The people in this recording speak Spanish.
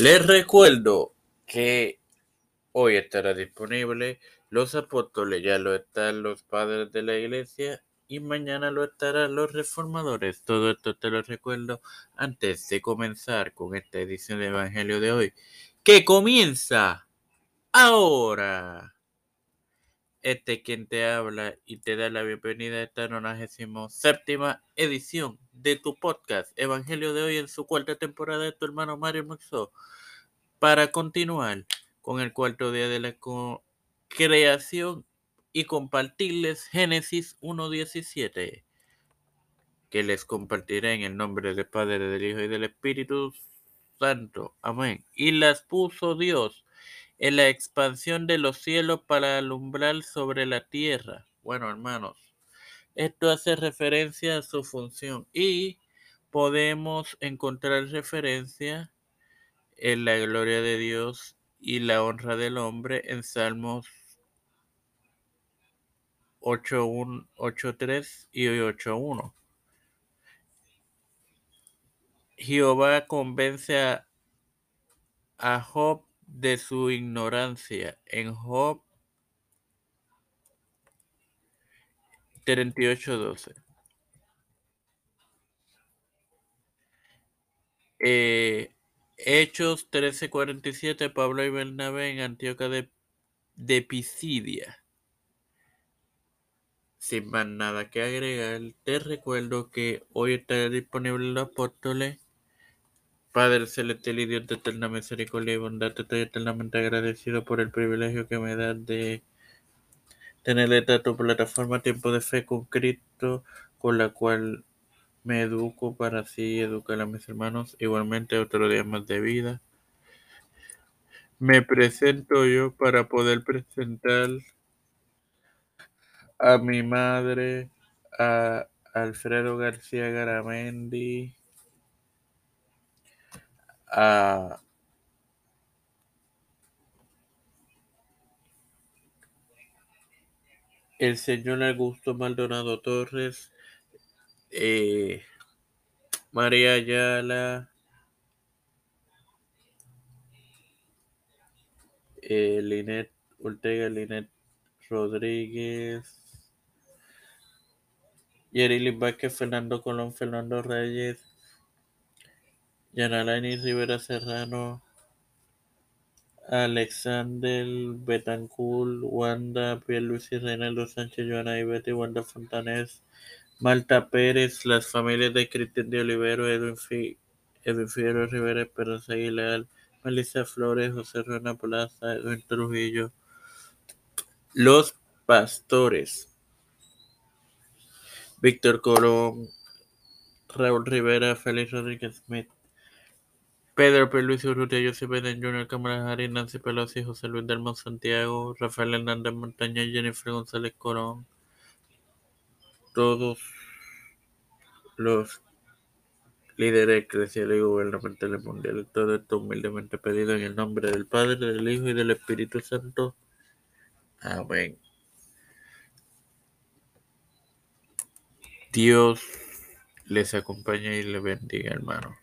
Les recuerdo que hoy estará disponible Los Apóstoles, ya lo están los padres de la iglesia y mañana lo estarán los reformadores. Todo esto te lo recuerdo antes de comenzar con esta edición de Evangelio de hoy, que comienza ahora. Quien te habla y te da la bienvenida a esta 97ª edición de tu podcast Evangelio de hoy en su cuarta temporada de tu hermano Mario Moxó, para continuar con el cuarto día de la creación y compartirles Génesis 1:17, que les compartiré en el nombre del Padre, del Hijo y del Espíritu Santo. Amén. Y las puso Dios en la expansión de los cielos para alumbrar sobre la tierra. Bueno, hermanos, esto hace referencia a su función y podemos encontrar referencia en la gloria de Dios y la honra del hombre en Salmos 8:1, 8:3 y 8:1. Jehová convence a Job de su ignorancia en Job 38:12. Hechos 13:47, Pablo y Bernabé en Antioquía de Pisidia. Sin más nada que agregar, te recuerdo que hoy estará disponible los apóstoles. Padre celestial y Dios de eterna misericordia y bondad, te estoy eternamente agradecido por el privilegio que me das de tener esta tu plataforma Tiempo de Fe con Cristo, con la cual me educo para así educar a mis hermanos. Igualmente otro día más de vida. Me presento yo para poder presentar a mi madre, a Alfredo García Garamendi, a el señor Augusto Maldonado Torres, María Ayala, Linet Ortega, Linet Rodríguez, Yerili Vázquez, Fernando Colón, Fernando Reyes, Yanalaini Rivera Serrano, Alexander Betancourt, Wanda Pierluisi, Reinaldo Sánchez, Joana Ivete, Wanda Fontanés, Malta Pérez, las familias de Cristian de Olivero, Edwin Figueroa Rivera, Esperanza Aguilar, Melissa Flores, José Ruena Plaza, Edwin Trujillo, los pastores, Víctor Colón, Raúl Rivera, Félix Rodríguez Smith, Pedro P. Luis Urrutia, José Biden Jr., Cámara Harris, Nancy Pelosi, José Luis Delmont Santiago, Rafael Hernández Montaña, Jennifer González Corón, todos los líderes eclesiales y gubernamentales mundiales, todo esto humildemente pedido en el nombre del Padre, del Hijo y del Espíritu Santo. Amén. Dios les acompañe y les bendiga, hermano.